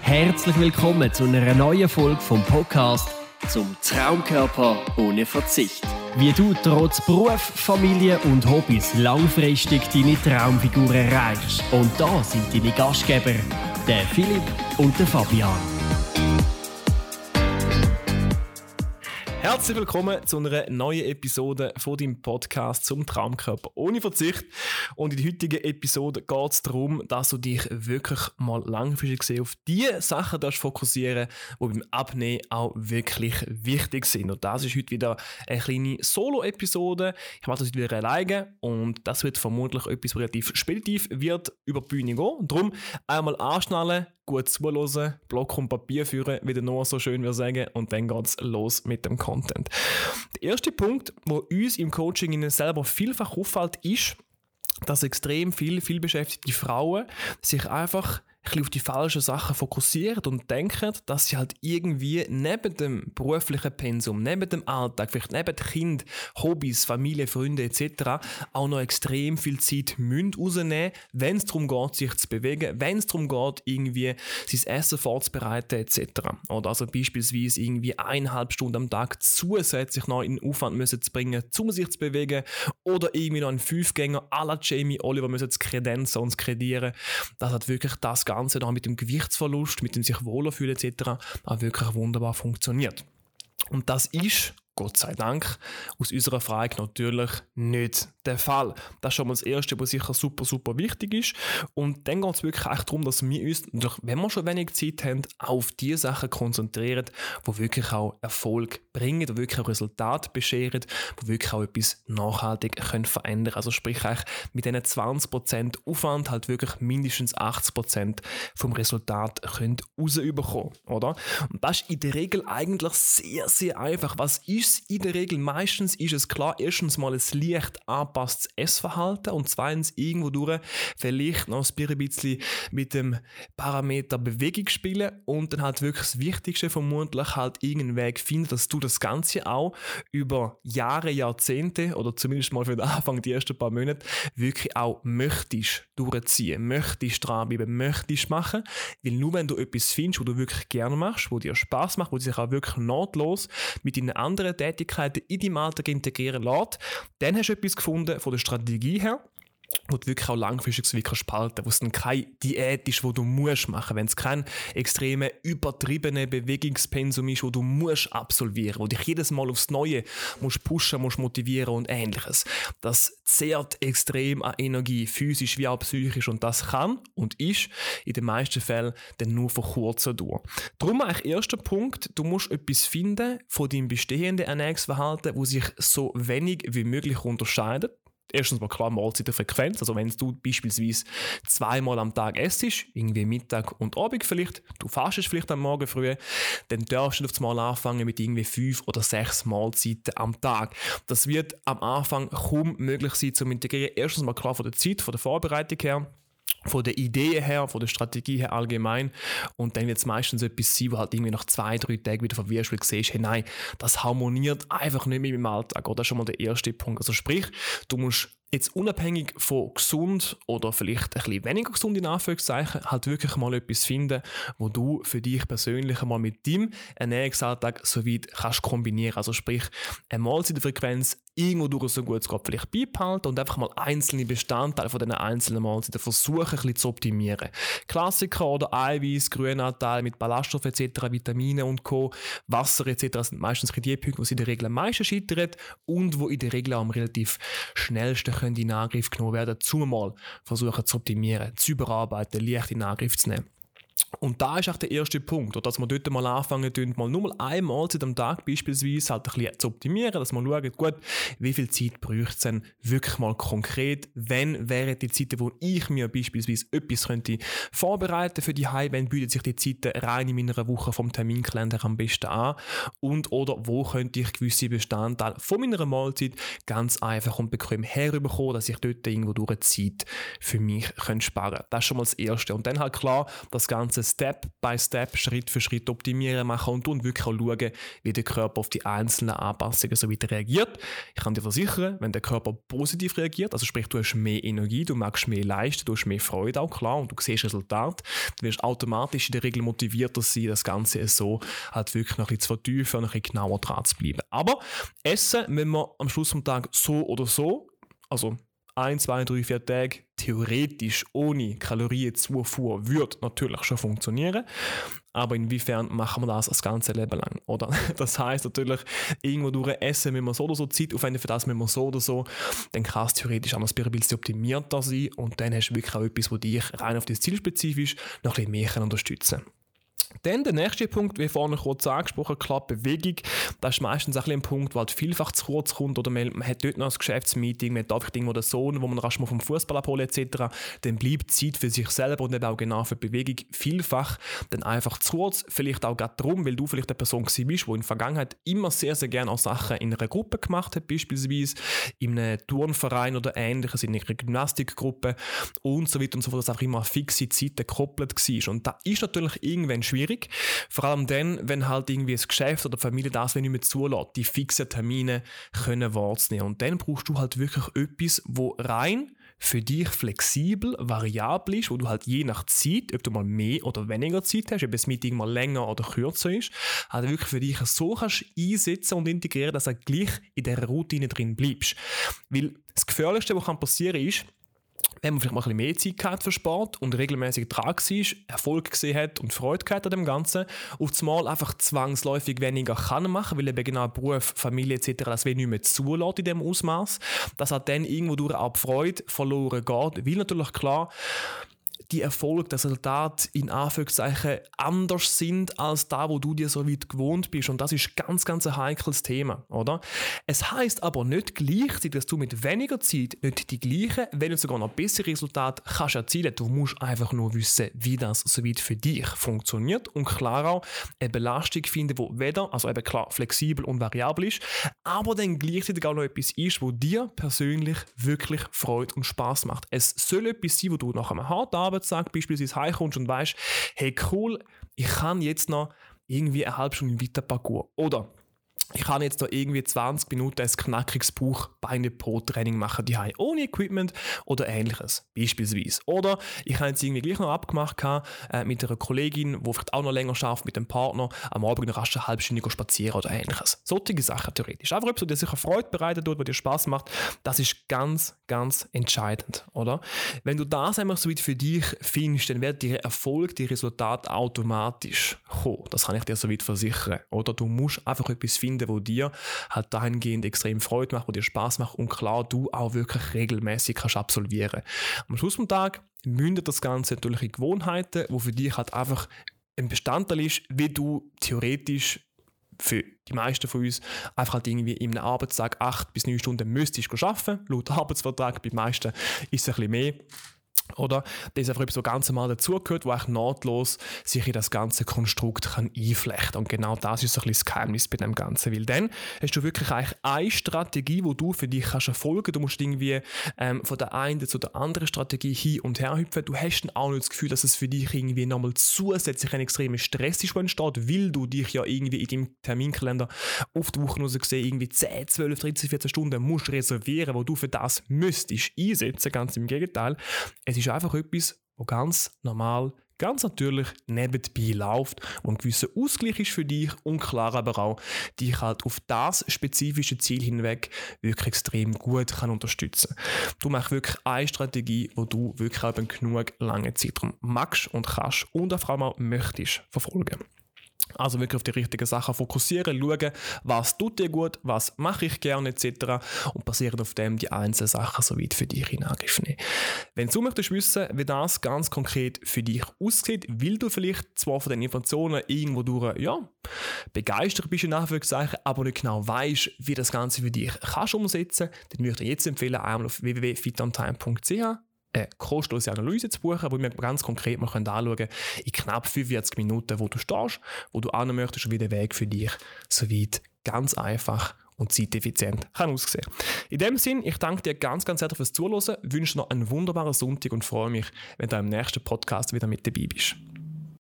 Herzlich willkommen zu einer neuen Folge vom Podcast zum Traumkörper ohne Verzicht. Wie du trotz Beruf, Familie und Hobbys langfristig deine Traumfigur erreichst. Und da sind deine Gastgeber, der Philipp und der Fabian. Herzlich willkommen zu einer neuen Episode von deinem Podcast zum Traumkörper ohne Verzicht. Und in der heutigen Episode geht es darum, dass du dich wirklich mal langfristig gesehen auf die Sachen fokussieren darfst, die beim Abnehmen auch wirklich wichtig sind. Und das ist heute wieder eine kleine Solo-Episode. Ich mache das wieder alleine und das wird vermutlich etwas relativ speditiv wird über die Bühne gehen. Und darum einmal anschnallen, gut zuhören, Block und Papier führen, wie der Noah so schön würde sagen, und dann geht es los mit dem Content. Der erste Punkt, der uns im Coaching selber vielfach auffällt, ist, dass extrem viel beschäftigte Frauen sich einfach ein bisschen auf die falschen Sachen fokussieren und denken, dass sie halt irgendwie neben dem beruflichen Pensum, neben dem Alltag, vielleicht neben Kind, Hobbys, Familie, Freunde etc. auch noch extrem viel Zeit rausnehmen müssen, wenn es darum geht, sich zu bewegen, wenn es darum geht, irgendwie sein Essen vorzubereiten etc. Oder also beispielsweise irgendwie 1,5 Stunden am Tag zusätzlich noch in den Aufwand müssen zu bringen, um sich zu bewegen, oder irgendwie noch einen 5-Gänger à la Jamie Oliver müssen zu kredenzen und zu kredieren. Das hat wirklich das Ganze dann mit dem Gewichtsverlust, mit dem sich wohler fühlen etc. auch wirklich wunderbar funktioniert. Und das ist, Gott sei Dank, aus unserer Frage natürlich nicht der Fall. Das ist schon mal das Erste, was sicher super wichtig ist. Und dann geht es wirklich darum, dass wir uns, wenn wir schon wenig Zeit haben, auf die Sachen konzentrieren, die wirklich auch Erfolg bringen, die wirklich auch Resultate bescheren, die wirklich auch etwas nachhaltig können verändern können. Also sprich mit diesen 20% Aufwand halt wirklich mindestens 80% vom Resultat können rausbekommen, oder? Und das ist in der Regel eigentlich sehr einfach. Was ist in der Regel? Meistens ist es klar, erstens mal ein leicht angepasstes Essverhalten und zweitens irgendwo durch vielleicht noch ein bisschen mit dem Parameter Bewegung spielen und dann halt wirklich das Wichtigste vermutlich halt irgendeinen Weg finden, dass du das Ganze auch über Jahre, Jahrzehnte oder zumindest mal für den Anfang, die ersten paar Monate, wirklich auch möchtest durchziehen, möchtest dranbleiben, möchtest machen, weil nur wenn du etwas findest, was du wirklich gerne machst, wo dir Spaß macht, wo dich auch wirklich nahtlos mit deinen anderen Tätigkeiten in deinem Alltag integrieren lässt, dann hast du etwas gefunden von der Strategie her, wo du wirklich auch langfristig spalten, wo es dann keine Diät ist, die du musst machen, wenn es kein extreme, übertriebene Bewegungspensum ist, wo du musst absolvieren, wo dich jedes Mal aufs Neue musst pushen, musst motivieren und Ähnliches. Das zehrt extrem an Energie, physisch wie auch psychisch, und das kann und ist in den meisten Fällen dann nur von kurzer Dauer. Darum eigentlich erster Punkt, du musst etwas finden von deinem bestehenden Ernährungsverhalten, wo sich so wenig wie möglich unterscheidet. Erstens mal klar Mahlzeitenfrequenz, also wenn du beispielsweise 2-mal am Tag essst, irgendwie Mittag und Abend vielleicht, du fastest vielleicht am Morgen früh, dann darfst du auf einmal anfangen mit irgendwie 5 oder 6 Mahlzeiten am Tag. Das wird am Anfang kaum möglich sein zu integrieren. Erstens mal klar von der Zeit, von der Vorbereitung her, von der Idee her, von der Strategie her allgemein, und dann wird es meistens etwas sein, wo halt irgendwie nach 2-3 Tagen wieder verwirrst, weil du siehst, hey nein, das harmoniert einfach nicht mit meinem Alltag, oder? Das ist schon mal der erste Punkt. Also sprich, du musst jetzt unabhängig von gesund oder vielleicht ein bisschen weniger gesund in Anführungszeichen halt wirklich mal etwas finden, wo du für dich persönlich mal mit deinem Ernährungsalltag so weit kannst kombinieren. Also sprich, eine Mahlzeitenfrequenz irgendwo durch so gut es geht vielleicht beibehalten und einfach mal einzelne Bestandteile von diesen einzelnen Mahlzeiten versuchen ein bisschen zu optimieren. Klassiker oder Eiweiß, Grünanteil mit Ballaststoffen etc., Vitamine und Co., Wasser etc. sind meistens die Punkte, die in der Regel am meisten scheitern und wo in der Regel auch am relativ schnellsten können in Angriff genommen werden, zumal versuchen zu optimieren, zu überarbeiten, leicht in Angriff zu nehmen. Und da ist auch der erste Punkt, dass wir dort mal anfangen, mal nur mal eine Mahlzeit am Tag beispielsweise halt ein bisschen zu optimieren, dass wir schauen, gut, wie viel Zeit bräuchte es denn wirklich mal konkret, wenn wären die Zeiten, wo ich mir beispielsweise etwas könnte vorbereiten für die Heim, wenn bietet sich die Zeiten rein in meiner Woche vom Terminkalender am besten an und oder wo könnte ich gewisse Bestandteile von meiner Mahlzeit ganz einfach und bequem herüberkommen, dass ich dort irgendwo durch Zeit für mich sparen kann. Das ist schon mal das Erste. Und dann halt klar, das Ganze Ganze Step by Step, Schritt für Schritt optimieren machen und wirklich auch schauen, wie der Körper auf die einzelnen Anpassungen so weiter reagiert. Ich kann dir versichern, wenn der Körper positiv reagiert, also sprich, du hast mehr Energie, du magst mehr leisten, du hast mehr Freude auch, klar, und du siehst Resultate, du wirst automatisch in der Regel motivierter sein, das Ganze so halt wirklich noch ein bisschen zu vertiefen und ein bisschen genauer dran zu bleiben. Aber Essen, wenn wir am Schluss vom Tag so oder so, also 1, 2, 3, 4 Tage theoretisch ohne Kalorienzufuhr würde natürlich schon funktionieren. Aber inwiefern machen wir das ganze Leben lang, oder? Das heisst natürlich, irgendwo durch Essen müssen wir so oder so Zeit aufwenden, für das müssen wir so oder so. Dann kann es theoretisch anders ein bisschen optimierter sein und dann hast du wirklich auch etwas, das dich rein auf das Ziel spezifisch noch ein bisschen mehr unterstützen kann. Dann der nächste Punkt, wie vorhin kurz angesprochen, klar, Bewegung. Das ist meistens ein Punkt, der halt vielfach zu kurz kommt oder man hat dort noch ein Geschäftsmeeting, man hat einfach irgendwo den Sohn, wo man rasch mal vom Fußball abholen etc. Dann bleibt Zeit für sich selber und eben auch genau für die Bewegung vielfach dann einfach zu kurz. Vielleicht auch gerade darum, weil du vielleicht eine Person bist, die in der Vergangenheit immer sehr, sehr gerne auch Sachen in einer Gruppe gemacht hat, beispielsweise in einem Turnverein oder Ähnliches, in einer Gymnastikgruppe und so weiter und so fort, dass auch immer fixe Zeiten gekoppelt war. Und das ist natürlich irgendwann schwierig. Vor allem dann, wenn halt irgendwie das Geschäft oder die Familie das nicht mehr zulässt, die fixen Termine können wahrzunehmen. Und dann brauchst du halt wirklich etwas, wo rein für dich flexibel, variabel ist, wo du halt je nach Zeit, ob du mal mehr oder weniger Zeit hast, ob das Meeting mal länger oder kürzer ist, halt wirklich für dich so kannst einsetzen und integrieren, dass du gleich in dieser Routine drin bleibst. Weil das Gefährlichste, was passieren kann, ist, wenn man vielleicht mal ein bisschen mehr Zeit hat für Sport und regelmäßig dran war, Erfolg gesehen hat und Freude gehabt an dem Ganzen, auf das Mal einfach zwangsläufig weniger kann machen, weil eben genau Beruf, Familie etc. das nicht mehr zulässt in dem Ausmaß, dass halt dann irgendwo durch auch die Freude verloren geht, weil natürlich klar, die Erfolge, das Resultat in Anführungszeichen anders sind als da, wo du dir so weit gewohnt bist. Und das ist ganz, ganz ein heikles Thema, oder? Es heisst aber nicht gleichzeitig, dass du mit weniger Zeit nicht die gleichen, wenn nicht sogar noch bessere Resultate kannst erzielen. Du musst einfach nur wissen, wie das so weit für dich funktioniert und klar auch eine Belastung finden, die weder, also eben klar, flexibel und variabel ist, aber dann gleichzeitig auch noch etwas ist, wo dir persönlich wirklich Freude und Spaß macht. Es soll etwas sein, wo du nach einem harten Arbeitstag beispielsweise heimkommst und weißt, hey cool, ich kann jetzt noch irgendwie eine halbe Stunde weiter Parcours. Oder ich kann jetzt noch irgendwie 20 Minuten ein knackiges Bauch-Beine-Po-Training machen, daheim, ohne Equipment oder Ähnliches, beispielsweise. Oder ich habe jetzt irgendwie gleich noch abgemacht mit einer Kollegin, die vielleicht auch noch länger schafft, mit dem Partner, am Abend noch eine halbe Stunde spazieren oder Ähnliches. Solche Sachen theoretisch. Einfach etwas, was dir sicher Freude bereitet, was dir Spaß macht, das ist ganz, ganz entscheidend, oder? Wenn du das einmal so weit für dich findest, dann wird der Erfolg, die Resultate automatisch kommen. Das kann ich dir so weit versichern. Oder du musst einfach etwas finden, wo dir halt dahingehend extrem Freude macht, wo dir Spaß macht und klar, du auch wirklich regelmäßig kannst absolvieren. Am Schluss vom Tag mündet das Ganze natürlich in Gewohnheiten, wo für dich halt einfach ein Bestandteil ist, wie du theoretisch für die meisten von uns einfach halt irgendwie in einem Arbeitstag 8 bis 9 Stunden müsstest du arbeiten. Laut Arbeitsvertrag, bei den meisten ist es ein bisschen mehr. Oder das ist einfach etwas, was ganz normal dazugehört, wo auch nahtlos sich in das ganze Konstrukt kann einflechten. Und genau das ist so ein bisschen das Geheimnis bei dem Ganzen. Weil dann hast du wirklich eigentlich eine Strategie, die du für dich kannst erfolgen. Du musst irgendwie von der einen zu der anderen Strategie hin und her hüpfen. Du hast dann auch nicht das Gefühl, dass es für dich irgendwie nochmal zusätzlich ein extremer Stress ist, der entsteht, weil du dich ja irgendwie in deinem Terminkalender auf die Woche raus gesehen irgendwie 10, 12, 13, 14 Stunden musst reservieren, wo du für das müsstest einsetzen. Ganz im Gegenteil. Es ist einfach etwas, was ganz normal, ganz natürlich nebenbei läuft und ein gewisser Ausgleich ist für dich und klar aber auch dich halt auf das spezifische Ziel hinweg wirklich extrem gut kann unterstützen. Du machst wirklich eine Strategie, wo du wirklich auch einen genug langen Zeitraum magst und kannst und vor allem auch möchtest verfolgen. Also wirklich auf die richtigen Sachen fokussieren, schauen, was tut dir gut, was mache ich gerne etc. und basierend auf dem die einzelnen Sachen so weit für dich in Angriff nehmen. Wenn du möchtest wissen, wie das ganz konkret für dich aussieht, weil du vielleicht zwar von den Informationen irgendwo durch, begeistert bist in Anführungszeichen, aber nicht genau weißt, wie das Ganze für dich kannst umsetzen, dann würde ich dir jetzt empfehlen, einmal auf www.fitontime.ch eine kostenlose Analyse zu buchen, wo wir ganz konkret mal anschauen können, in knapp 45 Minuten, wo du stehst, wo du hin möchtest und wie der Weg für dich so weit ganz einfach und zeiteffizient kann aussehen. In dem Sinn, ich danke dir ganz, ganz herzlich fürs Zuhören, wünsche noch einen wunderbaren Sonntag und freue mich, wenn du im nächsten Podcast wieder mit dabei bist.